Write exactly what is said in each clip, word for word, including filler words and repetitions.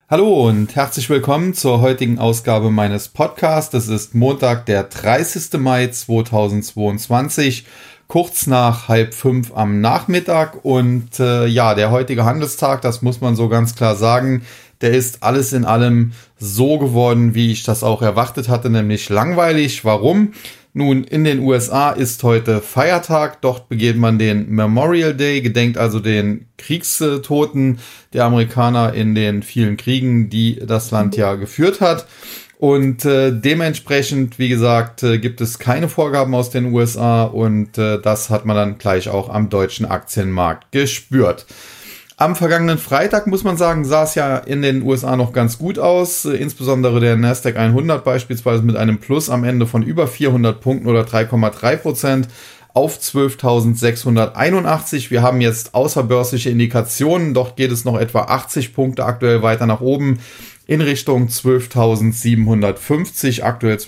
Hallo und herzlich willkommen zur heutigen Ausgabe meines Podcasts. Es ist Montag, der dreißigster Mai zweitausendzweiundzwanzig, kurz nach halb fünf am Nachmittag. Und äh, ja, der heutige Handelstag, das muss man so ganz klar sagen, der ist alles in allem so geworden, wie ich das auch erwartet hatte, nämlich langweilig. Warum? Nun, in den U S A ist heute Feiertag, dort begeht man den Memorial Day, gedenkt also den Kriegstoten der Amerikaner in den vielen Kriegen, die das Land ja geführt hat. Und äh, dementsprechend, wie gesagt, äh, gibt es keine Vorgaben aus den U S A und äh, das hat man dann gleich auch am deutschen Aktienmarkt gespürt. Am vergangenen Freitag, muss man sagen, sah es ja in den U S A noch ganz gut aus. Insbesondere der Nasdaq hundert beispielsweise mit einem Plus am Ende von über vierhundert Punkten oder drei Komma drei Prozent auf zwölftausendsechshunderteinundachtzig. Wir haben jetzt außerbörsliche Indikationen. Dort geht es noch etwa achtzig Punkte aktuell weiter nach oben in Richtung zwölftausendsiebenhundertfünfzig, aktuell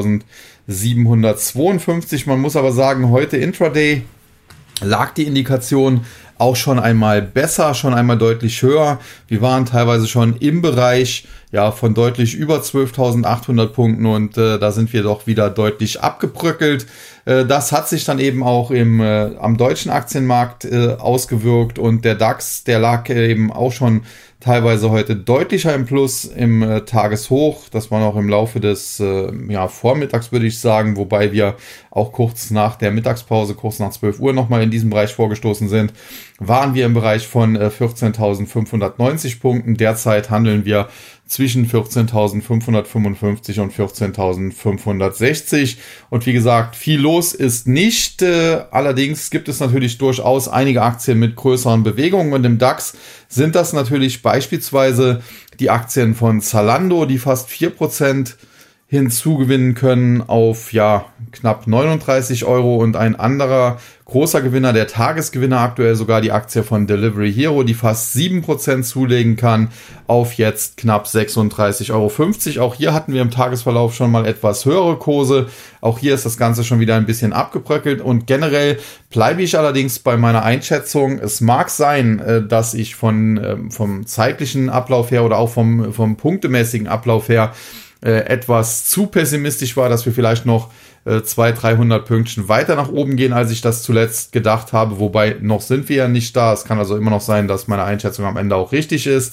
zwölftausendsiebenhundertzweiundfünfzig. Man muss aber sagen, heute Intraday lag die Indikation auch schon einmal besser, schon einmal deutlich höher. Wir waren teilweise schon im Bereich ja von deutlich über zwölftausendachthundert Punkten und äh, da sind wir doch wieder deutlich abgebröckelt. Äh, das hat sich dann eben auch im äh, am deutschen Aktienmarkt äh, ausgewirkt und der DAX, der lag äh, eben auch schon teilweise heute deutlicher im Plus im äh, Tageshoch. Das war noch im Laufe des äh, ja, Vormittags, würde ich sagen, wobei wir auch kurz nach der Mittagspause, kurz nach zwölf Uhr nochmal in diesem Bereich vorgestoßen sind, waren wir im Bereich von äh, vierzehntausendfünfhundertneunzig Punkten. Derzeit handeln wir zwischen vierzehntausendfünfhundertfünfundfünfzig und vierzehntausendfünfhundertsechzig. Und wie gesagt, viel los ist nicht. Äh, allerdings gibt es natürlich durchaus einige Aktien mit größeren Bewegungen. Und im DAX sind das natürlich beispielsweise die Aktien von Zalando, die fast vier Prozent hinzugewinnen können auf ja knapp neununddreißig Euro und ein anderer großer Gewinner, der Tagesgewinner aktuell sogar die Aktie von Delivery Hero, die fast sieben Prozent zulegen kann auf jetzt knapp sechsunddreißig Euro fünfzig. Auch hier hatten wir im Tagesverlauf schon mal etwas höhere Kurse. Auch hier ist das Ganze schon wieder ein bisschen abgebröckelt und generell bleibe ich allerdings bei meiner Einschätzung. Es mag sein, dass ich von vom zeitlichen Ablauf her oder auch vom vom punktemäßigen Ablauf her etwas zu pessimistisch war, dass wir vielleicht noch äh, zweihundert, dreihundert Pünktchen weiter nach oben gehen, als ich das zuletzt gedacht habe. Wobei, noch sind wir ja nicht da. Es kann also immer noch sein, dass meine Einschätzung am Ende auch richtig ist.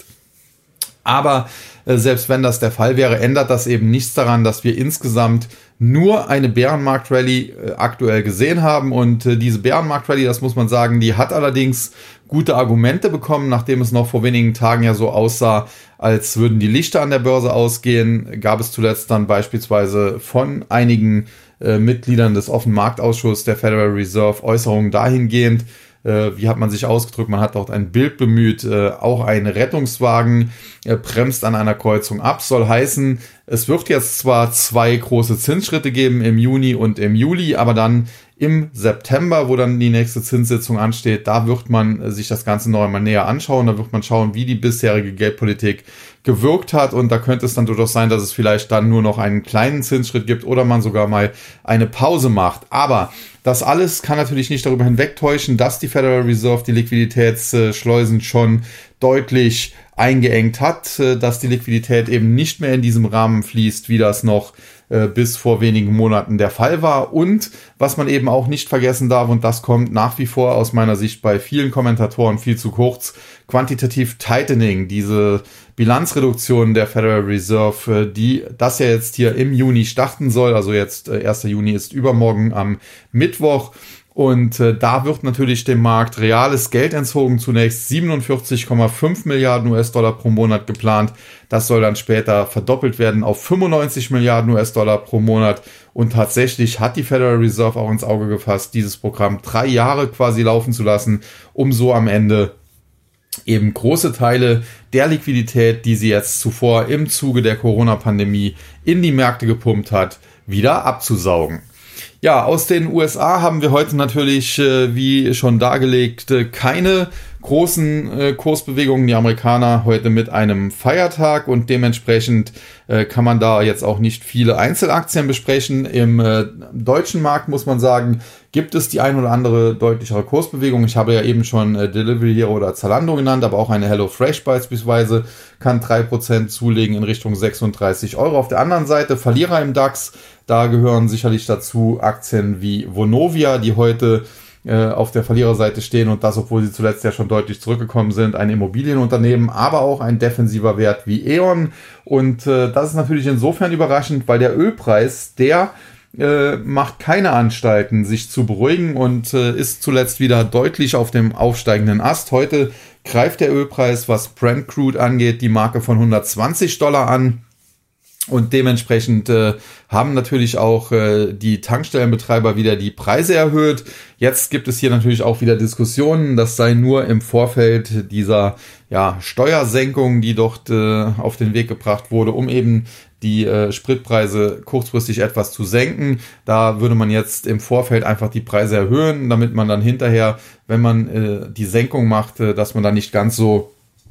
Aber äh, selbst wenn das der Fall wäre, ändert das eben nichts daran, dass wir insgesamt nur eine Bärenmarkt-Rallye äh, aktuell gesehen haben. Und äh, diese Bärenmarkt-Rallye, das muss man sagen, die hat allerdings gute Argumente bekommen, nachdem es noch vor wenigen Tagen ja so aussah, als würden die Lichter an der Börse ausgehen, gab es zuletzt dann beispielsweise von einigen äh, Mitgliedern des Offenen Marktausschusses der Federal Reserve Äußerungen dahingehend, äh, wie hat man sich ausgedrückt, man hat dort ein Bild bemüht, äh, auch ein Rettungswagen äh, bremst an einer Kreuzung ab, soll heißen, es wird jetzt zwar zwei große Zinsschritte geben im Juni und im Juli, aber dann im September, wo dann die nächste Zinssitzung ansteht, da wird man sich das Ganze noch einmal näher anschauen. Da wird man schauen, wie die bisherige Geldpolitik gewirkt hat. Und da könnte es dann durchaus sein, dass es vielleicht dann nur noch einen kleinen Zinsschritt gibt oder man sogar mal eine Pause macht. Aber das alles kann natürlich nicht darüber hinwegtäuschen, dass die Federal Reserve die Liquiditätsschleusen schon deutlich eingeengt hat, dass die Liquidität eben nicht mehr in diesem Rahmen fließt, wie das noch äh, bis vor wenigen Monaten der Fall war. Und was man eben auch nicht vergessen darf, und das kommt nach wie vor aus meiner Sicht bei vielen Kommentatoren viel zu kurz, Quantitative Tightening, diese Bilanzreduktion der Federal Reserve, die das ja jetzt hier im Juni starten soll, also jetzt äh, erster Juni ist übermorgen am Mittwoch. Und äh, da wird natürlich dem Markt reales Geld entzogen. Zunächst siebenundvierzig Komma fünf Milliarden U S-Dollar pro Monat geplant. Das soll dann später verdoppelt werden auf fünfundneunzig Milliarden U S-Dollar pro Monat. Und tatsächlich hat die Federal Reserve auch ins Auge gefasst, dieses Programm drei Jahre quasi laufen zu lassen, um so am Ende eben große Teile der Liquidität, die sie jetzt zuvor im Zuge der Corona-Pandemie in die Märkte gepumpt hat, wieder abzusaugen. Ja, aus den U S A haben wir heute natürlich, äh, wie schon dargelegt, äh, keine großen äh, Kursbewegungen. Die Amerikaner heute mit einem Feiertag und dementsprechend äh, kann man da jetzt auch nicht viele Einzelaktien besprechen. Im äh, deutschen Markt muss man sagen, gibt es die ein oder andere deutlichere Kursbewegung. Ich habe ja eben schon äh, Delivery Hero oder Zalando genannt, aber auch eine HelloFresh beispielsweise kann drei Prozent zulegen in Richtung sechsunddreißig Euro. Auf der anderen Seite Verlierer im DAX, da gehören sicherlich dazu Aktien wie Vonovia, die heute äh, auf der Verliererseite stehen und das, obwohl sie zuletzt ja schon deutlich zurückgekommen sind, ein Immobilienunternehmen, aber auch ein defensiver Wert wie E.ON. Und äh, das ist natürlich insofern überraschend, weil der Ölpreis, der Äh, macht keine Anstalten, sich zu beruhigen und äh, ist zuletzt wieder deutlich auf dem aufsteigenden Ast. Heute greift der Ölpreis, was Brent Crude angeht, die Marke von hundertzwanzig Dollar an. Und dementsprechend äh, haben natürlich auch äh, die Tankstellenbetreiber wieder die Preise erhöht. Jetzt gibt es hier natürlich auch wieder Diskussionen, das sei nur im Vorfeld dieser ja, Steuersenkung, die dort äh, auf den Weg gebracht wurde, um eben die äh, Spritpreise kurzfristig etwas zu senken. Da würde man jetzt im Vorfeld einfach die Preise erhöhen, damit man dann hinterher, wenn man äh, die Senkung macht, äh, dass man dann nicht ganz so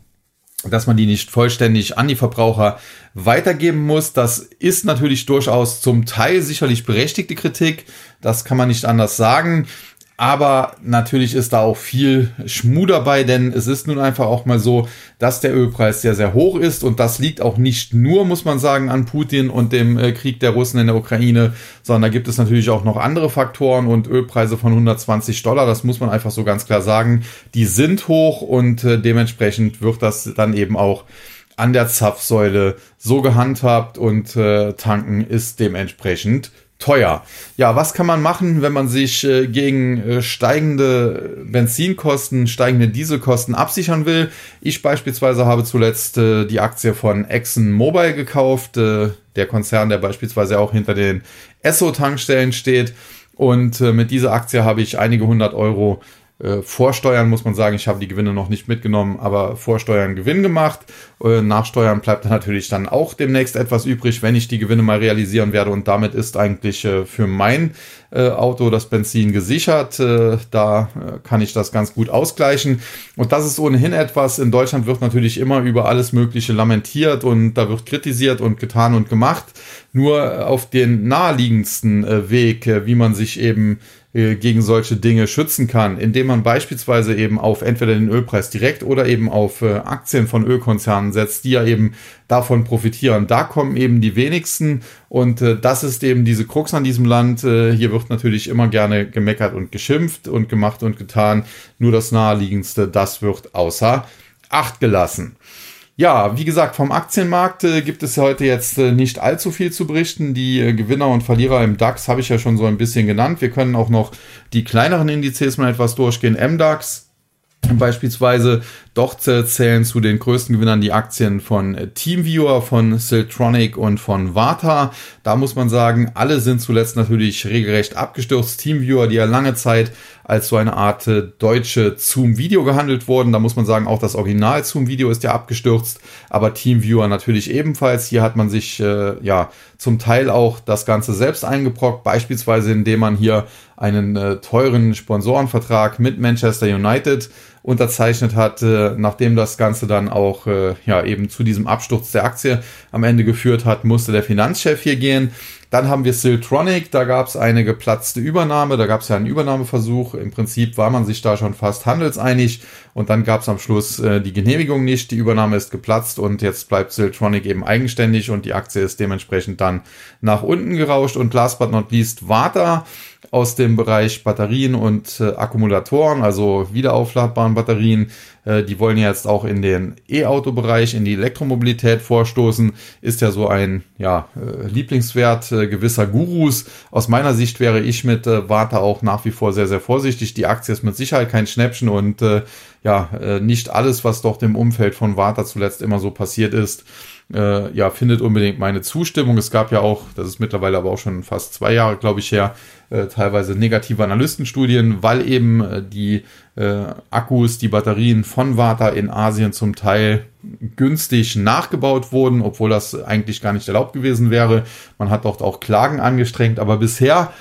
dass man die nicht vollständig an die Verbraucher weitergeben muss. Das ist natürlich durchaus zum Teil sicherlich berechtigte Kritik. Das kann man nicht anders sagen. Aber natürlich ist da auch viel Schmuh dabei, denn es ist nun einfach auch mal so, dass der Ölpreis sehr, sehr hoch ist. Und das liegt auch nicht nur, muss man sagen, an Putin und dem Krieg der Russen in der Ukraine, sondern da gibt es natürlich auch noch andere Faktoren und Ölpreise von hundertzwanzig Dollar, das muss man einfach so ganz klar sagen, die sind hoch und dementsprechend wird das dann eben auch an der Zapfsäule so gehandhabt und tanken ist dementsprechend teuer. Ja, was kann man machen, wenn man sich äh, gegen äh, steigende Benzinkosten, steigende Dieselkosten absichern will? Ich beispielsweise habe zuletzt äh, die Aktie von ExxonMobil gekauft, äh, der Konzern, der beispielsweise auch hinter den Esso-Tankstellen steht. Und äh, mit dieser Aktie habe ich einige hundert Euro Äh, Vorsteuern, muss man sagen, ich habe die Gewinne noch nicht mitgenommen, aber Vorsteuern Gewinn gemacht. Äh, nach Steuern bleibt natürlich dann auch demnächst etwas übrig, wenn ich die Gewinne mal realisieren werde und damit ist eigentlich äh, für mein äh, Auto das Benzin gesichert. Äh, da äh, kann ich das ganz gut ausgleichen und das ist ohnehin etwas. In Deutschland wird natürlich immer über alles Mögliche lamentiert und da wird kritisiert und getan und gemacht. Nur auf den naheliegendsten äh, Weg, äh, wie man sich eben gegen solche Dinge schützen kann, indem man beispielsweise eben auf entweder den Ölpreis direkt oder eben auf äh, Aktien von Ölkonzernen setzt, die ja eben davon profitieren. Da kommen eben die wenigsten und äh, das ist eben diese Krux an diesem Land. Äh, hier wird natürlich immer gerne gemeckert und geschimpft und gemacht und getan. Nur das Naheliegendste, das wird außer Acht gelassen. Ja, wie gesagt, vom Aktienmarkt äh, gibt es heute jetzt äh, nicht allzu viel zu berichten. Die äh, Gewinner und Verlierer im DAX habe ich ja schon so ein bisschen genannt. Wir können auch noch die kleineren Indizes mal etwas durchgehen. M DAX beispielsweise, dort zählen zu den größten Gewinnern die Aktien von TeamViewer, von Siltronic und von Varta. Da muss man sagen, alle sind zuletzt natürlich regelrecht abgestürzt. TeamViewer, die ja lange Zeit als so eine Art äh, deutsche Zoom-Video gehandelt wurden. Da muss man sagen, auch das Original Zoom-Video ist ja abgestürzt, aber TeamViewer natürlich ebenfalls. Hier hat man sich äh, ja zum Teil auch das Ganze selbst eingebrockt, beispielsweise indem man hier einen äh, teuren Sponsorenvertrag mit Manchester United unterzeichnet hat, äh, nachdem das Ganze dann auch äh, ja eben zu diesem Absturz der Aktie am Ende geführt hat, musste der Finanzchef hier gehen. Dann haben wir Siltronic, da gab es eine geplatzte Übernahme, da gab es ja einen Übernahmeversuch. Im Prinzip war man sich da schon fast handelseinig und dann gab es am Schluss äh, die Genehmigung nicht, die Übernahme ist geplatzt und jetzt bleibt Siltronic eben eigenständig und die Aktie ist dementsprechend dann nach unten gerauscht und last but not least Varta aus dem Bereich Batterien und äh, Akkumulatoren, also wiederaufladbaren Batterien. Äh, die wollen ja jetzt auch in den E-Auto-Bereich, in die Elektromobilität vorstoßen. Ist ja so ein ja, äh, Lieblingswert äh, gewisser Gurus. Aus meiner Sicht wäre ich mit äh, Varta auch nach wie vor sehr, sehr vorsichtig. Die Aktie ist mit Sicherheit kein Schnäppchen und äh, ja, äh, nicht alles, was doch im Umfeld von Varta zuletzt immer so passiert ist, Äh, ja, findet unbedingt meine Zustimmung. Es gab ja auch, das ist mittlerweile aber auch schon fast zwei Jahre, glaube ich, her, äh, teilweise negative Analystenstudien, weil eben äh, die äh, Akkus, die Batterien von Varta in Asien zum Teil günstig nachgebaut wurden, obwohl das eigentlich gar nicht erlaubt gewesen wäre. Man hat dort auch Klagen angestrengt, aber bisher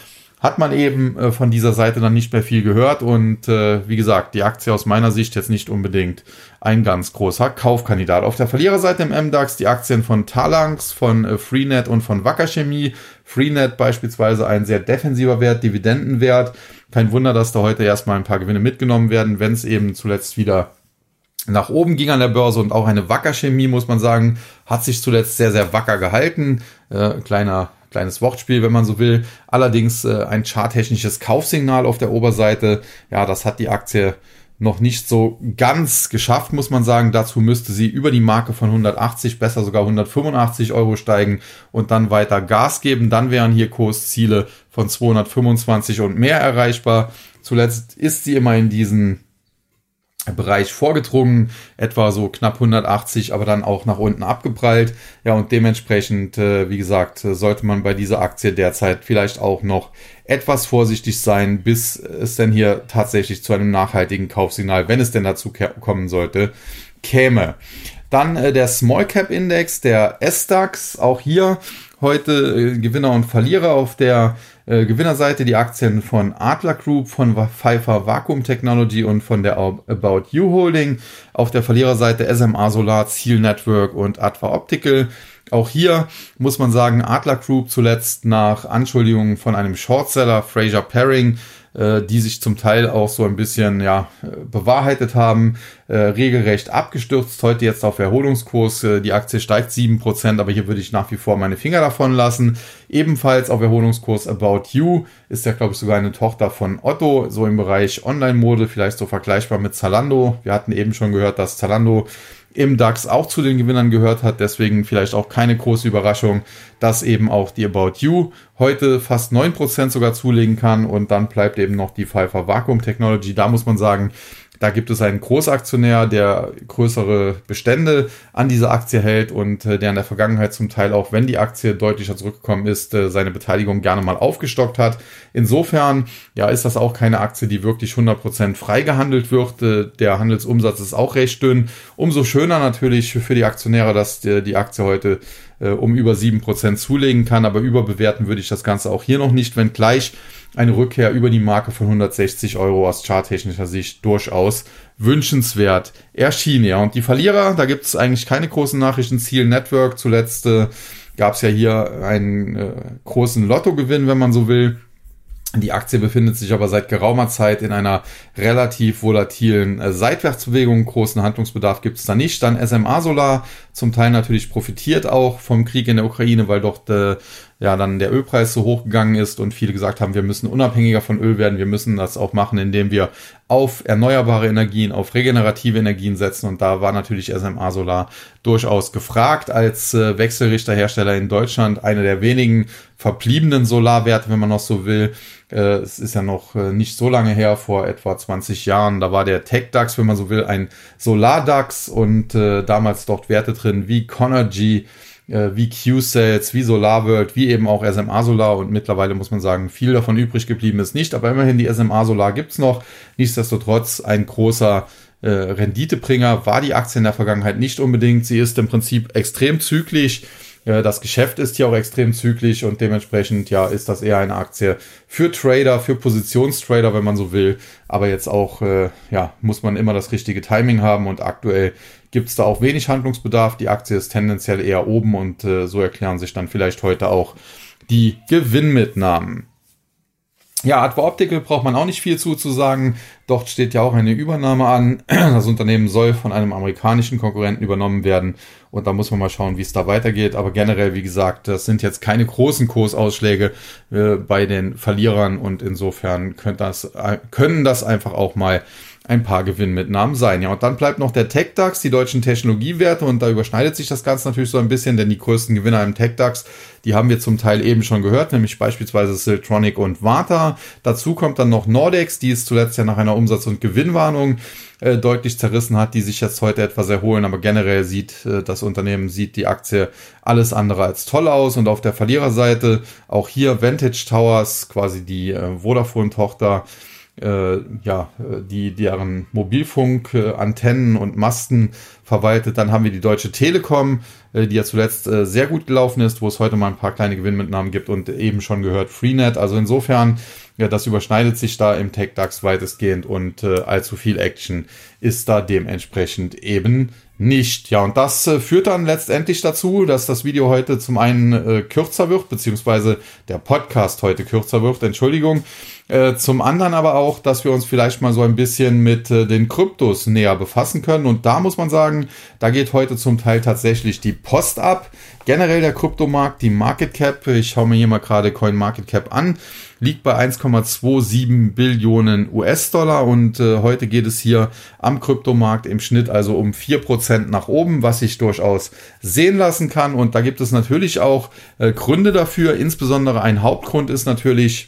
hat man eben äh, von dieser Seite dann nicht mehr viel gehört und äh, wie gesagt, die Aktie aus meiner Sicht jetzt nicht unbedingt ein ganz großer Kaufkandidat. Auf der Verliererseite im M DAX die Aktien von Talanx, von äh, Freenet und von Wacker Chemie. Freenet beispielsweise ein sehr defensiver Wert, Dividendenwert. Kein Wunder, dass da heute erstmal ein paar Gewinne mitgenommen werden, wenn es eben zuletzt wieder nach oben ging an der Börse. Und auch eine Wacker Chemie, muss man sagen, hat sich zuletzt sehr, sehr wacker gehalten. Äh, kleiner Kleines Wortspiel, wenn man so will. Allerdings äh, ein charttechnisches Kaufsignal auf der Oberseite. Ja, das hat die Aktie noch nicht so ganz geschafft, muss man sagen. Dazu müsste sie über die Marke von hundertachtzig, besser sogar hundertfünfundachtzig Euro steigen und dann weiter Gas geben. Dann wären hier Kursziele von zweihundertfünfundzwanzig und mehr erreichbar. Zuletzt ist sie immer in diesen Bereich vorgedrungen, etwa so knapp hundertachtzig, aber dann auch nach unten abgeprallt. Ja, und dementsprechend, äh, wie gesagt, sollte man bei dieser Aktie derzeit vielleicht auch noch etwas vorsichtig sein, bis es denn hier tatsächlich zu einem nachhaltigen Kaufsignal, wenn es denn dazu kommen sollte, käme. Dann äh, der Small Cap Index, der S DAX, auch hier heute äh, Gewinner und Verlierer. Auf der äh, Gewinnerseite die Aktien von Adler Group, von Pfeiffer Vacuum Technology und von der About You Holding. Auf der Verliererseite S M A Solar, Ziel Network und Adva Optical. Auch hier muss man sagen, Adler Group zuletzt nach Anschuldigungen von einem Shortseller, Fraser Paring, äh, die sich zum Teil auch so ein bisschen ja bewahrheitet haben, äh, regelrecht abgestürzt. Heute jetzt auf Erholungskurs. Äh, die Aktie steigt sieben Prozent, aber hier würde ich nach wie vor meine Finger davon lassen. Ebenfalls auf Erholungskurs About You, ist ja glaube ich sogar eine Tochter von Otto, so im Bereich Online-Mode, vielleicht so vergleichbar mit Zalando. Wir hatten eben schon gehört, dass Zalando im DAX auch zu den Gewinnern gehört hat, deswegen vielleicht auch keine große Überraschung, dass eben auch die About You heute fast neun Prozent sogar zulegen kann und dann bleibt eben noch die Pfeiffer Vacuum Technology. Da muss man sagen, da gibt es einen Großaktionär, der größere Bestände an dieser Aktie hält und der in der Vergangenheit zum Teil auch, wenn die Aktie deutlicher zurückgekommen ist, seine Beteiligung gerne mal aufgestockt hat. Insofern ja, ist das auch keine Aktie, die wirklich hundert Prozent frei gehandelt wird. Der Handelsumsatz ist auch recht dünn. Umso schöner natürlich für die Aktionäre, dass die Aktie heute um über sieben Prozent zulegen kann, aber überbewerten würde ich das Ganze auch hier noch nicht, wenngleich eine Rückkehr über die Marke von hundertsechzig Euro aus charttechnischer Sicht durchaus wünschenswert erschien. Ja, und die Verlierer, da gibt es eigentlich keine großen Nachrichten. Ziel Network, zuletzt äh, gab es ja hier einen äh, großen Lottogewinn, wenn man so will. Die Aktie befindet sich aber seit geraumer Zeit in einer relativ volatilen äh, Seitwärtsbewegung. Großen Handlungsbedarf gibt es da nicht. Dann S M A Solar, zum Teil natürlich profitiert auch vom Krieg in der Ukraine, weil dort äh, ja dann der Ölpreis so hoch gegangen ist und viele gesagt haben, wir müssen unabhängiger von Öl werden. Wir müssen das auch machen, indem wir auf erneuerbare Energien, auf regenerative Energien setzen. Und da war natürlich S M A Solar durchaus gefragt als äh, Wechselrichterhersteller in Deutschland. Eine der wenigen verbliebenen Solarwerte, wenn man noch so will. Äh, es ist ja noch äh, nicht so lange her, vor etwa zwanzig Jahren. Da war der Tech DAX, wenn man so will, ein Solar-DAX und äh, damals dort Werte drin wie Conergy, äh, wie Q-Sales, wie SolarWorld, wie eben auch S M A Solar. Und mittlerweile muss man sagen, viel davon übrig geblieben ist nicht. Aber immerhin die S M A Solar gibt's noch. Nichtsdestotrotz ein großer äh, Renditebringer war die Aktie in der Vergangenheit nicht unbedingt. Sie ist im Prinzip extrem zyklisch. Das Geschäft ist hier auch extrem zyklisch und dementsprechend ja ist das eher eine Aktie für Trader, für Positionstrader, wenn man so will. Aber jetzt auch äh, ja muss man immer das richtige Timing haben und aktuell gibt es da auch wenig Handlungsbedarf. Die Aktie ist tendenziell eher oben und äh, so erklären sich dann vielleicht heute auch die Gewinnmitnahmen. Ja, Adva Optical braucht man auch nicht viel zu, zu sagen. Dort steht ja auch eine Übernahme an. Das Unternehmen soll von einem amerikanischen Konkurrenten übernommen werden. Und da muss man mal schauen, wie es da weitergeht. Aber generell, wie gesagt, das sind jetzt keine großen Kursausschläge äh, bei den Verlierern. Und insofern könnt das, äh, können das einfach auch mal ein paar Gewinnmitnahmen sein. Ja, und dann bleibt noch der Tech DAX, die deutschen Technologiewerte, und da überschneidet sich das Ganze natürlich so ein bisschen, denn die größten Gewinner im Tech DAX, die haben wir zum Teil eben schon gehört, nämlich beispielsweise Siltronic und Varta. Dazu kommt dann noch Nordex, die es zuletzt ja nach einer Umsatz- und Gewinnwarnung äh, deutlich zerrissen hat, die sich jetzt heute etwas erholen, aber generell sieht äh, das Unternehmen, sieht die Aktie alles andere als toll aus. Und auf der Verliererseite auch hier Vantage Towers, quasi die äh, Vodafone-Tochter, äh, ja, die deren Mobilfunkantennen und Masten verwaltet. Dann haben wir die Deutsche Telekom, äh, die ja zuletzt äh, sehr gut gelaufen ist, wo es heute mal ein paar kleine Gewinnmitnahmen gibt und eben schon gehört Freenet. Also insofern, ja, das überschneidet sich da im Tech-DAX weitestgehend und äh, allzu viel Action ist da dementsprechend eben nicht. Ja, und das äh, führt dann letztendlich dazu, dass das Video heute zum einen äh, kürzer wird, beziehungsweise der Podcast heute kürzer wird, Entschuldigung. Äh, zum anderen aber auch, dass wir uns vielleicht mal so ein bisschen mit äh, den Kryptos näher befassen können. Und da muss man sagen, da geht heute zum Teil tatsächlich die Post ab. Generell der Kryptomarkt, die Market Cap, ich schaue mir hier mal gerade Coin Market Cap an, liegt bei eins Komma siebenundzwanzig Billionen U S-Dollar und äh, heute geht es hier am Kryptomarkt im Schnitt also um vier Prozent nach oben, was sich durchaus sehen lassen kann. Und da gibt es natürlich auch äh, Gründe dafür. Insbesondere ein Hauptgrund ist natürlich,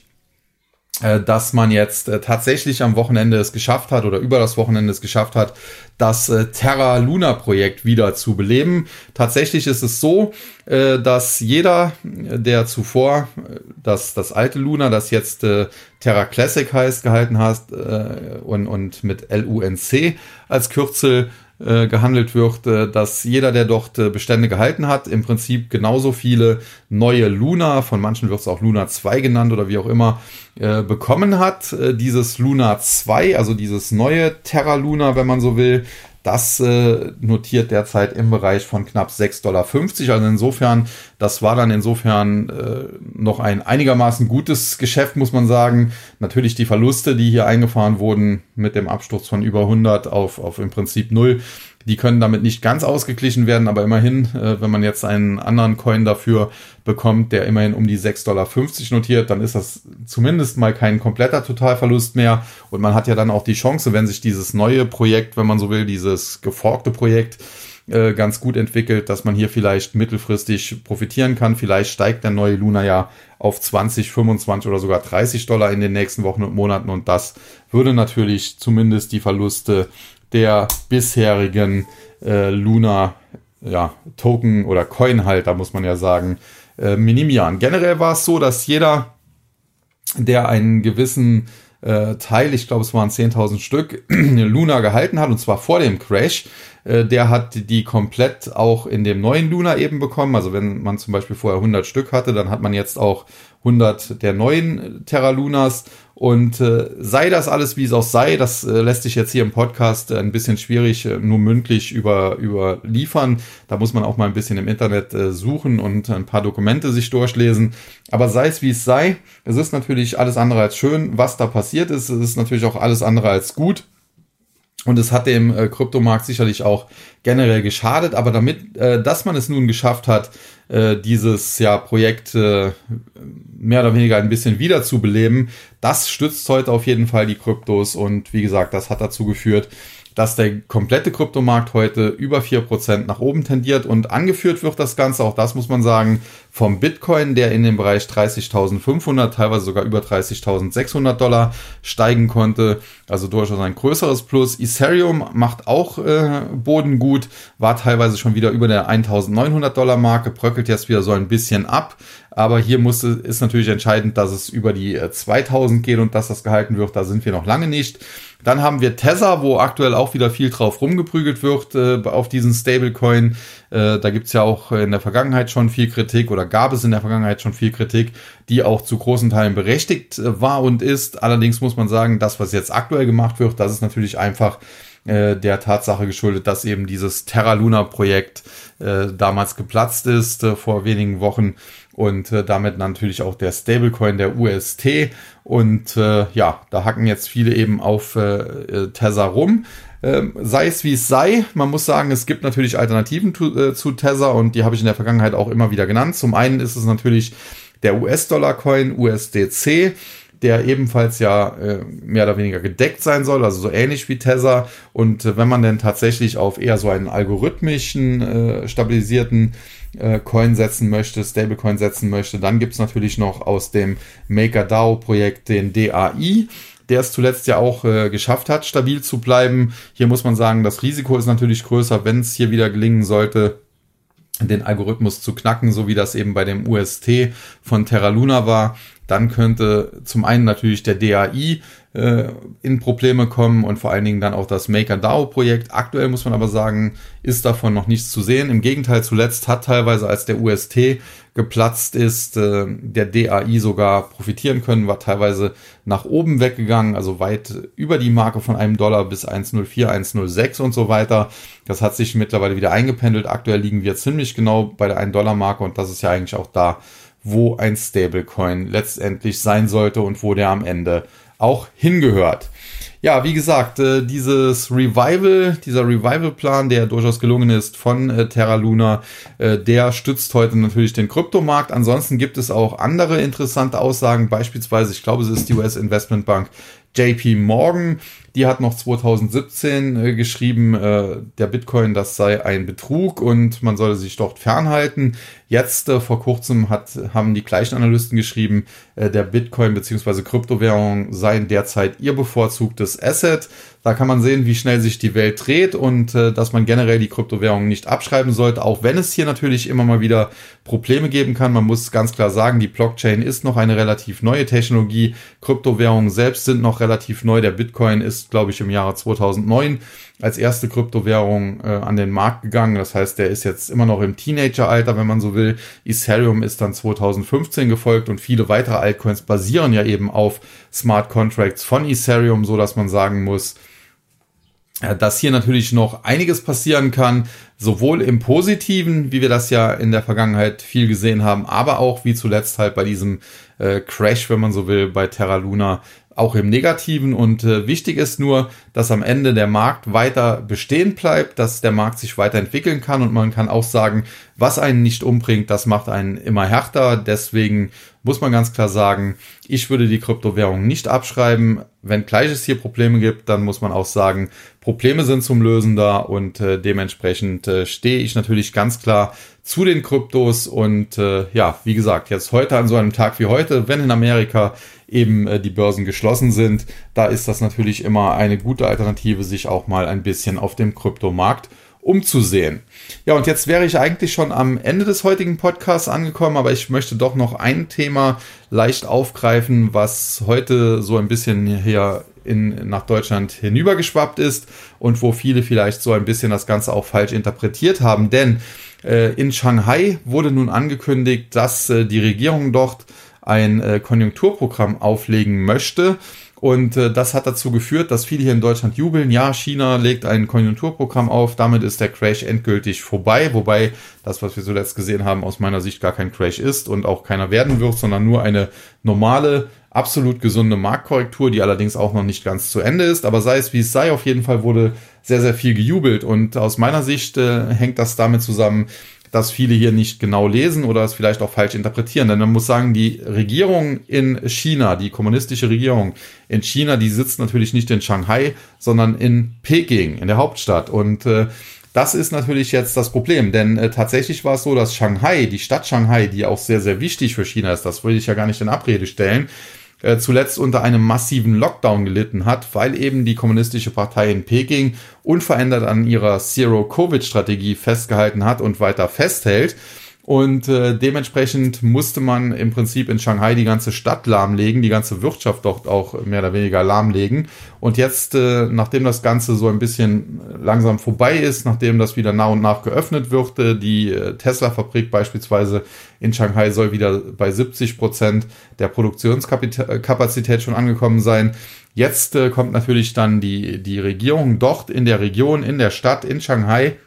dass man jetzt äh, tatsächlich am Wochenende es geschafft hat oder über das Wochenende es geschafft hat, das äh, Terra Luna Projekt wieder zu beleben. Tatsächlich ist es so, äh, dass jeder, der zuvor äh, das, das alte Luna, das jetzt äh, Terra Classic heißt, gehalten hat äh, und, und mit L U N C als Kürzel äh, gehandelt wird, äh, dass jeder, der dort äh, Bestände gehalten hat, im Prinzip genauso viele neue Luna, von manchen wird es auch Luna zwei genannt oder wie auch immer, äh, bekommen hat. Äh, dieses Luna zwei, also dieses neue Terra Luna, wenn man so will, das äh, notiert derzeit im Bereich von knapp sechs Komma fünfzig Dollar. Also insofern, das war dann insofern äh, noch ein einigermaßen gutes Geschäft, muss man sagen. Natürlich die Verluste, die hier eingefahren wurden mit dem Absturz von über hundert auf, auf im Prinzip null, die können damit nicht ganz ausgeglichen werden, aber immerhin, äh, wenn man jetzt einen anderen Coin dafür bekommt, der immerhin um die sechs Komma fünfzig Dollar notiert, dann ist das zumindest mal kein kompletter Totalverlust mehr. Und man hat ja dann auch die Chance, wenn sich dieses neue Projekt, wenn man so will, dieses geforkte Projekt äh, ganz gut entwickelt, dass man hier vielleicht mittelfristig profitieren kann. Vielleicht steigt der neue Luna ja auf zwanzig, fünfundzwanzig oder sogar dreißig Dollar in den nächsten Wochen und Monaten. Und das würde natürlich zumindest die Verluste der bisherigen äh, Luna ja, Token oder Coin-Halter, muss man ja sagen, äh, minimieren. Generell war es so, dass jeder, der einen gewissen äh, Teil, ich glaube es waren zehntausend Stück, Luna gehalten hat, und zwar vor dem Crash, äh, der hat die komplett auch in dem neuen Luna eben bekommen. Also wenn man zum Beispiel vorher hundert Stück hatte, dann hat man jetzt auch hundert der neuen Terra Lunas. Und äh, sei das alles, wie es auch sei, das äh, lässt sich jetzt hier im Podcast äh, ein bisschen schwierig äh, nur mündlich über überliefern. Da muss man auch mal ein bisschen im Internet äh, suchen und ein paar Dokumente sich durchlesen. Aber sei es, wie es sei, es ist natürlich alles andere als schön, was da passiert ist. Es ist natürlich auch alles andere als gut. Und es hat dem äh, Kryptomarkt sicherlich auch generell geschadet. Aber damit, äh, dass man es nun geschafft hat, äh, dieses ja, Projekt äh, mehr oder weniger ein bisschen wiederzubeleben, das stützt heute auf jeden Fall die Kryptos. Und wie gesagt, das hat dazu geführt, dass der komplette Kryptomarkt heute über vier Prozent nach oben tendiert, und angeführt wird das Ganze, auch das muss man sagen, vom Bitcoin, der in den Bereich dreißigtausendfünfhundert, teilweise sogar über dreißigtausendsechshundert Dollar steigen konnte, also durchaus ein größeres Plus. Ethereum macht auch äh, Boden gut, war teilweise schon wieder über der eintausendneunhundert Dollar Marke, bröckelt jetzt wieder so ein bisschen ab, aber hier muss, ist natürlich entscheidend, dass es über die äh, zweitausend geht und dass das gehalten wird, da sind wir noch lange nicht. Dann haben wir Tether, wo aktuell auch wieder viel drauf rumgeprügelt wird äh, auf diesen Stablecoin. Äh, da gibt's ja auch in der Vergangenheit schon viel Kritik oder gab es in der Vergangenheit schon viel Kritik, die auch zu großen Teilen berechtigt äh, war und ist. Allerdings muss man sagen, das, was jetzt aktuell gemacht wird, das ist natürlich einfach äh, der Tatsache geschuldet, dass eben dieses Terra Luna Projekt äh, damals geplatzt ist äh, vor wenigen Wochen. Und äh, damit natürlich auch der Stablecoin, der U S T. Und äh, ja, da hacken jetzt viele eben auf äh, Tether rum. Ähm, sei es wie es sei, man muss sagen, es gibt natürlich Alternativen zu, äh, zu Tether, und die habe ich in der Vergangenheit auch immer wieder genannt. Zum einen ist es natürlich der U S-Dollar-Coin U S D C, der ebenfalls ja äh, mehr oder weniger gedeckt sein soll, also so ähnlich wie Tether. Und äh, wenn man denn tatsächlich auf eher so einen algorithmischen, äh, stabilisierten äh, Coin setzen möchte, Stablecoin setzen möchte, dann gibt's natürlich noch aus dem MakerDAO-Projekt den D A I, der es zuletzt ja auch äh, geschafft hat, stabil zu bleiben. Hier muss man sagen, das Risiko ist natürlich größer, wenn es hier wieder gelingen sollte, den Algorithmus zu knacken, so wie das eben bei dem U S T von Terra Luna war. dann könnte zum einen natürlich der D A I äh, in Probleme kommen und vor allen Dingen dann auch das MakerDAO-Projekt. Aktuell muss man aber sagen, ist davon noch nichts zu sehen. Im Gegenteil, zuletzt hat teilweise, als der U S T geplatzt ist, äh, der D A I sogar profitieren können, war teilweise nach oben weggegangen, also weit über die Marke von einem Dollar bis eins Komma null vier, eins Komma null sechs und so weiter. Das hat sich mittlerweile wieder eingependelt. Aktuell liegen wir ziemlich genau bei der ein Dollar Marke und das ist ja eigentlich auch da, wo ein Stablecoin letztendlich sein sollte und wo der am Ende auch hingehört. Ja, wie gesagt, äh, dieses Revival, dieser Revival-Plan, der durchaus gelungen ist von äh, Terra Luna, äh, der stützt heute natürlich den Kryptomarkt. Ansonsten gibt es auch andere interessante Aussagen, beispielsweise, ich glaube, es ist die U S-Investmentbank J P Morgan, die hat noch zwanzig siebzehn äh, geschrieben, äh, der Bitcoin, das sei ein Betrug und man solle sich dort fernhalten. Jetzt äh, vor kurzem hat, haben die gleichen Analysten geschrieben, äh, der Bitcoin bzw. Kryptowährung seien derzeit ihr bevorzugtes Asset. Da kann man sehen, wie schnell sich die Welt dreht und äh, dass man generell die Kryptowährung nicht abschreiben sollte, auch wenn es hier natürlich immer mal wieder Probleme geben kann. Man muss ganz klar sagen, die Blockchain ist noch eine relativ neue Technologie. Kryptowährungen selbst sind noch relativ neu. Der Bitcoin ist, glaube ich, im Jahre zweitausendneun als erste Kryptowährung äh, an den Markt gegangen. Das heißt, der ist jetzt immer noch im Teenageralter, wenn man so will. Ethereum ist dann zweitausendfünfzehn gefolgt und viele weitere Altcoins basieren ja eben auf Smart Contracts von Ethereum, so dass man sagen muss, dass hier natürlich noch einiges passieren kann, sowohl im Positiven, wie wir das ja in der Vergangenheit viel gesehen haben, aber auch wie zuletzt halt bei diesem äh, Crash, wenn man so will, bei Terra Luna, auch im Negativen. Und äh, wichtig ist nur, dass am Ende der Markt weiter bestehen bleibt, dass der Markt sich weiterentwickeln kann und man kann auch sagen, was einen nicht umbringt, das macht einen immer härter. Deswegen muss man ganz klar sagen, ich würde die Kryptowährung nicht abschreiben. Wenn gleich es hier Probleme gibt, dann muss man auch sagen, Probleme sind zum Lösen da und äh, dementsprechend äh, stehe ich natürlich ganz klar zu den Kryptos und äh, ja, wie gesagt, jetzt heute an so einem Tag wie heute, wenn in Amerika eben äh, die Börsen geschlossen sind, da ist das natürlich immer eine gute Alternative, sich auch mal ein bisschen auf dem Kryptomarkt umzusehen. Ja, und jetzt wäre ich eigentlich schon am Ende des heutigen Podcasts angekommen, aber ich möchte doch noch ein Thema leicht aufgreifen, was heute so ein bisschen hier in, nach Deutschland hinübergeschwappt ist und wo viele vielleicht so ein bisschen das Ganze auch falsch interpretiert haben, denn äh, in Shanghai wurde nun angekündigt, dass äh, die Regierung dort ein äh, Konjunkturprogramm auflegen möchte. Und äh, das hat dazu geführt, dass viele hier in Deutschland jubeln. Ja, China legt ein Konjunkturprogramm auf, damit ist der Crash endgültig vorbei. Wobei das, was wir zuletzt gesehen haben, aus meiner Sicht gar kein Crash ist und auch keiner werden wird, sondern nur eine normale, absolut gesunde Marktkorrektur, die allerdings auch noch nicht ganz zu Ende ist. Aber sei es wie es sei, auf jeden Fall wurde sehr, sehr viel gejubelt. Und aus meiner Sicht äh, hängt das damit zusammen, dass viele hier nicht genau lesen oder es vielleicht auch falsch interpretieren. Denn man muss sagen, die Regierung in China, die kommunistische Regierung in China, die sitzt natürlich nicht in Shanghai, sondern in Peking, in der Hauptstadt. Und äh, das ist natürlich jetzt das Problem, denn äh, tatsächlich war es so, dass Shanghai, die Stadt Shanghai, die auch sehr, sehr wichtig für China ist, das will ich ja gar nicht in Abrede stellen, äh, zuletzt unter einem massiven Lockdown gelitten hat, weil eben die kommunistische Partei in Peking unverändert an ihrer Zero-Covid-Strategie festgehalten hat und weiter festhält. Und äh, dementsprechend musste man im Prinzip in Shanghai die ganze Stadt lahmlegen, die ganze Wirtschaft dort auch mehr oder weniger lahmlegen. Und jetzt, äh, nachdem das Ganze so ein bisschen langsam vorbei ist, nachdem das wieder nach und nach geöffnet wird, äh, die äh, Tesla-Fabrik beispielsweise in Shanghai soll wieder bei siebzig Prozent der Produktionskapazität schon angekommen sein. Jetzt äh, kommt natürlich dann die, die Regierung dort in der Region, in der Stadt, in Shanghai,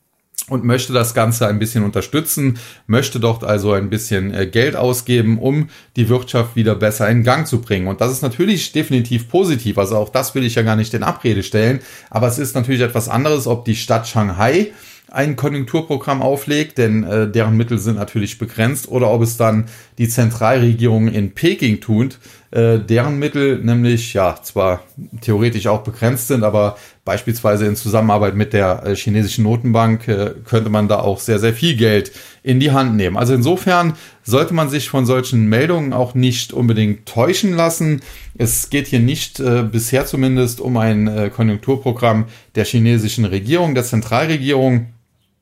und möchte das Ganze ein bisschen unterstützen, möchte dort also ein bisschen äh, Geld ausgeben, um die Wirtschaft wieder besser in Gang zu bringen. Und das ist natürlich definitiv positiv, also auch das will ich ja gar nicht in Abrede stellen, aber es ist natürlich etwas anderes, ob die Stadt Shanghai ein Konjunkturprogramm auflegt, denn äh, deren Mittel sind natürlich begrenzt, oder ob es dann die Zentralregierung in Peking tut, äh, deren Mittel nämlich ja zwar theoretisch auch begrenzt sind, aber beispielsweise in Zusammenarbeit mit der äh, chinesischen Notenbank äh, könnte man da auch sehr, sehr viel Geld in die Hand nehmen. Also insofern sollte man sich von solchen Meldungen auch nicht unbedingt täuschen lassen. Es geht hier nicht, äh, bisher zumindest, um ein äh, Konjunkturprogramm der chinesischen Regierung, der Zentralregierung.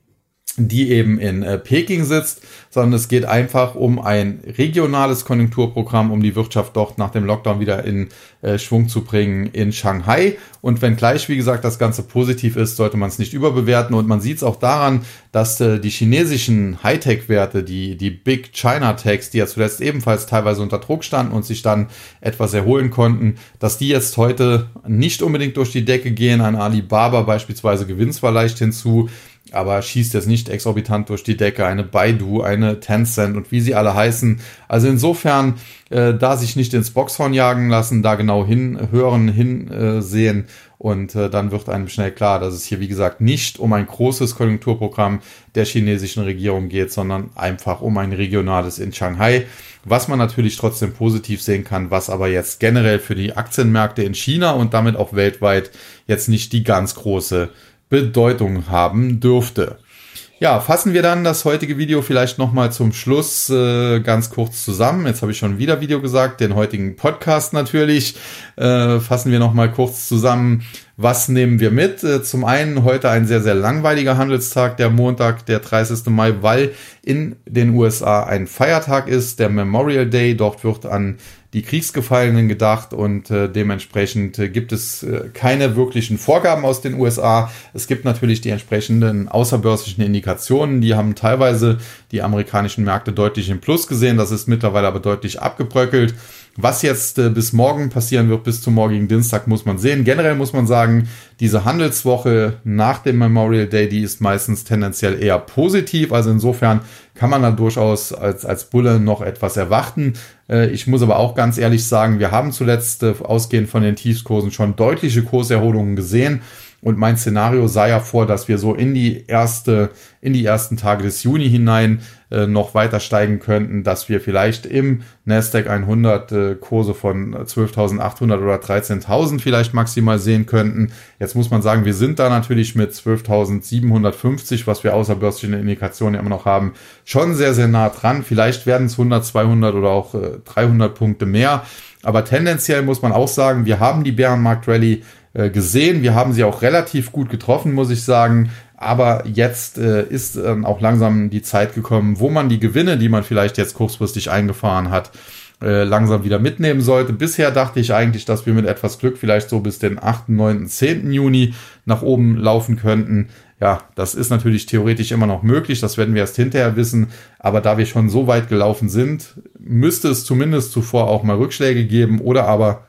die eben in äh, Peking sitzt, sondern es geht einfach um ein regionales Konjunkturprogramm, um die Wirtschaft dort nach dem Lockdown wieder in äh, Schwung zu bringen in Shanghai. Und wenngleich, wie gesagt, das Ganze positiv ist, sollte man es nicht überbewerten. Und man sieht es auch daran, dass äh, die chinesischen Hightech-Werte, die, die Big China Techs, die ja zuletzt ebenfalls teilweise unter Druck standen und sich dann etwas erholen konnten, dass die jetzt heute nicht unbedingt durch die Decke gehen. Ein Alibaba beispielsweise gewinnt zwar leicht hinzu, aber schießt jetzt nicht exorbitant durch die Decke, eine Baidu, eine Tencent und wie sie alle heißen. Also insofern, äh, da sich nicht ins Boxhorn jagen lassen, da genau hinhören, hinsehen äh, und äh, dann wird einem schnell klar, dass es hier, wie gesagt, nicht um ein großes Konjunkturprogramm der chinesischen Regierung geht, sondern einfach um ein regionales in Shanghai, was man natürlich trotzdem positiv sehen kann, was aber jetzt generell für die Aktienmärkte in China und damit auch weltweit jetzt nicht die ganz große Bedeutung haben dürfte. Ja, fassen wir dann das heutige Video vielleicht nochmal zum Schluss äh, ganz kurz zusammen. Jetzt habe ich schon wieder Video gesagt, den heutigen Podcast natürlich. Äh, fassen wir nochmal kurz zusammen, was nehmen wir mit? Äh, zum einen heute ein sehr, sehr langweiliger Handelstag, der Montag, der dreißigsten Mai, weil in den U S A ein Feiertag ist, der Memorial Day. Dort wird an die Kriegsgefallenen gedacht und äh, dementsprechend äh, gibt es äh, keine wirklichen Vorgaben aus den U S A. Es gibt natürlich die entsprechenden außerbörslichen Indikationen, die haben teilweise die amerikanischen Märkte deutlich im Plus gesehen. Das ist mittlerweile aber deutlich abgebröckelt. Was jetzt äh, bis morgen passieren wird, bis zum morgigen Dienstag, muss man sehen. Generell muss man sagen, diese Handelswoche nach dem Memorial Day, die ist meistens tendenziell eher positiv. Also insofern kann man da durchaus als, als Bulle noch etwas erwarten. Äh, ich muss aber auch ganz ehrlich sagen, wir haben zuletzt äh, ausgehend von den Tiefskursen schon deutliche Kurserholungen gesehen. Und mein Szenario sah ja vor, dass wir so in die erste, in die ersten Tage des Juni hinein äh, noch weiter steigen könnten, dass wir vielleicht im Nasdaq hundert äh, Kurse von zwölftausendachthundert oder dreizehntausend vielleicht maximal sehen könnten. Jetzt muss man sagen, wir sind da natürlich mit zwölftausendsiebenhundertfünfzig, was wir außerbörsliche Indikationen immer noch haben, schon sehr, sehr nah dran. Vielleicht werden es hundert, zweihundert oder auch äh, dreihundert Punkte mehr. Aber tendenziell muss man auch sagen, wir haben die Bärenmarkt-Rallye gesehen. Wir haben sie auch relativ gut getroffen, muss ich sagen. Aber jetzt äh, ist äh, auch langsam die Zeit gekommen, wo man die Gewinne, die man vielleicht jetzt kurzfristig eingefahren hat, äh, langsam wieder mitnehmen sollte. Bisher dachte ich eigentlich, dass wir mit etwas Glück vielleicht so bis den achten, neunten, zehnten Juni nach oben laufen könnten. Ja, das ist natürlich theoretisch immer noch möglich. Das werden wir erst hinterher wissen. Aber da wir schon so weit gelaufen sind, müsste es zumindest zuvor auch mal Rückschläge geben oder aber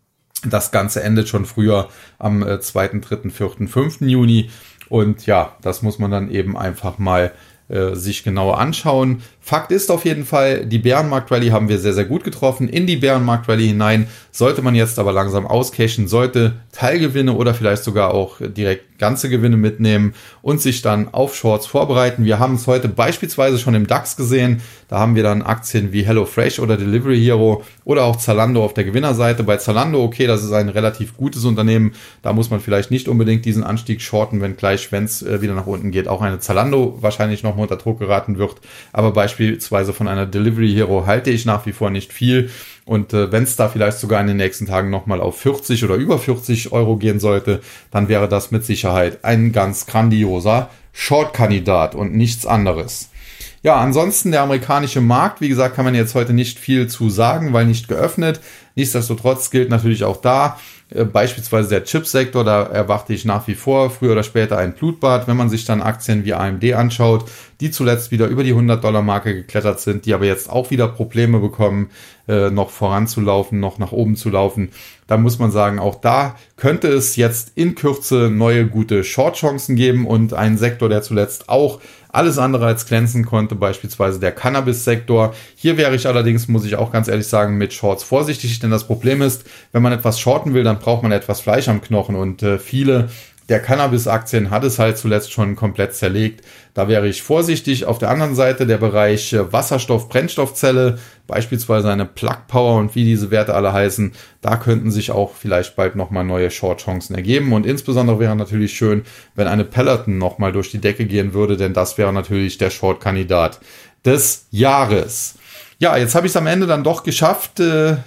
das Ganze endet schon früher am äh, zweiten, dritten, vierten, fünften Juni. Und ja, das muss man dann eben einfach mal äh, sich genauer anschauen. Fakt ist auf jeden Fall, die Bärenmarkt-Rallye haben wir sehr, sehr gut getroffen. In die Bärenmarkt-Rallye hinein sollte man jetzt aber langsam auscashen, sollte Teilgewinne oder vielleicht sogar auch direkt ganze Gewinne mitnehmen und sich dann auf Shorts vorbereiten. Wir haben es heute beispielsweise schon im DAX gesehen. Da haben wir dann Aktien wie HelloFresh oder Delivery Hero oder auch Zalando auf der Gewinnerseite. Bei Zalando, okay, das ist ein relativ gutes Unternehmen. Da muss man vielleicht nicht unbedingt diesen Anstieg shorten, wenngleich, wenn es äh, wieder nach unten geht, auch eine Zalando wahrscheinlich noch mal unter Druck geraten wird. Aber beispielsweise von einer Delivery Hero halte ich nach wie vor nicht viel. Und äh, wenn es da vielleicht sogar in den nächsten Tagen nochmal auf vierzig oder über vierzig Euro gehen sollte, dann wäre das mit Sicherheit ein ganz grandioser Short-Kandidat und nichts anderes. Ja, ansonsten der amerikanische Markt, wie gesagt, kann man jetzt heute nicht viel zu sagen, weil nicht geöffnet. Nichtsdestotrotz gilt natürlich auch da, äh, beispielsweise der Chipsektor, da erwarte ich nach wie vor früher oder später ein Blutbad, wenn man sich dann Aktien wie A M D anschaut, die zuletzt wieder über die hundert-Dollar-Marke geklettert sind, die aber jetzt auch wieder Probleme bekommen, äh, noch voranzulaufen, noch nach oben zu laufen. Da muss man sagen, auch da könnte es jetzt in Kürze neue gute Short-Chancen geben und einen Sektor, der zuletzt auch alles andere als glänzen konnte, beispielsweise der Cannabis-Sektor. Hier wäre ich allerdings, muss ich auch ganz ehrlich sagen, mit Shorts vorsichtig, denn das Problem ist, wenn man etwas shorten will, dann braucht man etwas Fleisch am Knochen und äh, viele der Cannabis-Aktien hat es halt zuletzt schon komplett zerlegt. Da wäre ich vorsichtig. Auf der anderen Seite der Bereich Wasserstoff-Brennstoffzelle, beispielsweise eine Plug Power und wie diese Werte alle heißen, da könnten sich auch vielleicht bald nochmal neue Short-Chancen ergeben. Und insbesondere wäre natürlich schön, wenn eine Peloton nochmal durch die Decke gehen würde, denn das wäre natürlich der Short-Kandidat des Jahres. Ja, jetzt habe ich es am Ende dann doch geschafft,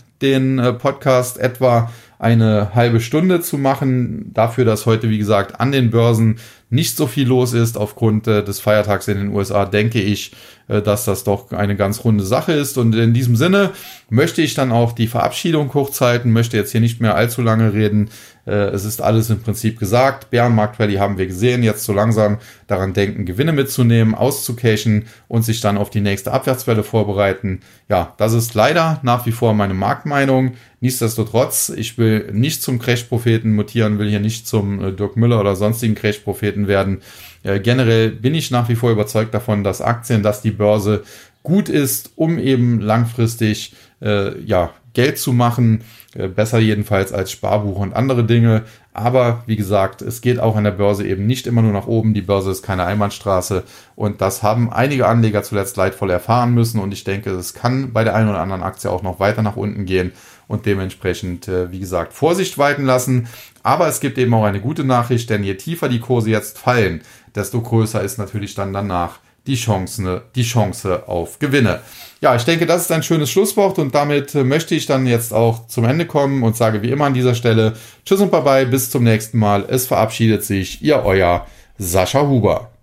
den Podcast etwa eine halbe Stunde zu machen, dafür, dass heute, wie gesagt, an den Börsen nicht so viel los ist aufgrund äh, des Feiertags in den U S A, denke ich, äh, dass das doch eine ganz runde Sache ist. Und in diesem Sinne möchte ich dann auch die Verabschiedung kurz halten, möchte jetzt hier nicht mehr allzu lange reden. Äh, es ist alles im Prinzip gesagt. Bärenmarkt-Rallye haben wir gesehen, jetzt so langsam daran denken, Gewinne mitzunehmen, auszucashen und sich dann auf die nächste Abwärtswelle vorbereiten. Ja, das ist leider nach wie vor meine Marktmeinung. Nichtsdestotrotz, ich will nicht zum Crash-Propheten mutieren, will hier nicht zum äh, Dirk Müller oder sonstigen Crash-Propheten werden. Äh, generell bin ich nach wie vor überzeugt davon, dass Aktien, dass die Börse gut ist, um eben langfristig äh, ja, Geld zu machen. Äh, besser jedenfalls als Sparbuch und andere Dinge. Aber wie gesagt, es geht auch an der Börse eben nicht immer nur nach oben. Die Börse ist keine Einbahnstraße und das haben einige Anleger zuletzt leidvoll erfahren müssen. Und ich denke, es kann bei der einen oder anderen Aktie auch noch weiter nach unten gehen und dementsprechend, äh, wie gesagt, Vorsicht walten lassen. Aber es gibt eben auch eine gute Nachricht, denn je tiefer die Kurse jetzt fallen, desto größer ist natürlich dann danach die Chance, die Chance auf Gewinne. Ja, ich denke, das ist ein schönes Schlusswort und damit möchte ich dann jetzt auch zum Ende kommen und sage wie immer an dieser Stelle Tschüss und Bye-bye, bis zum nächsten Mal. Es verabschiedet sich Ihr Euer Sascha Huber.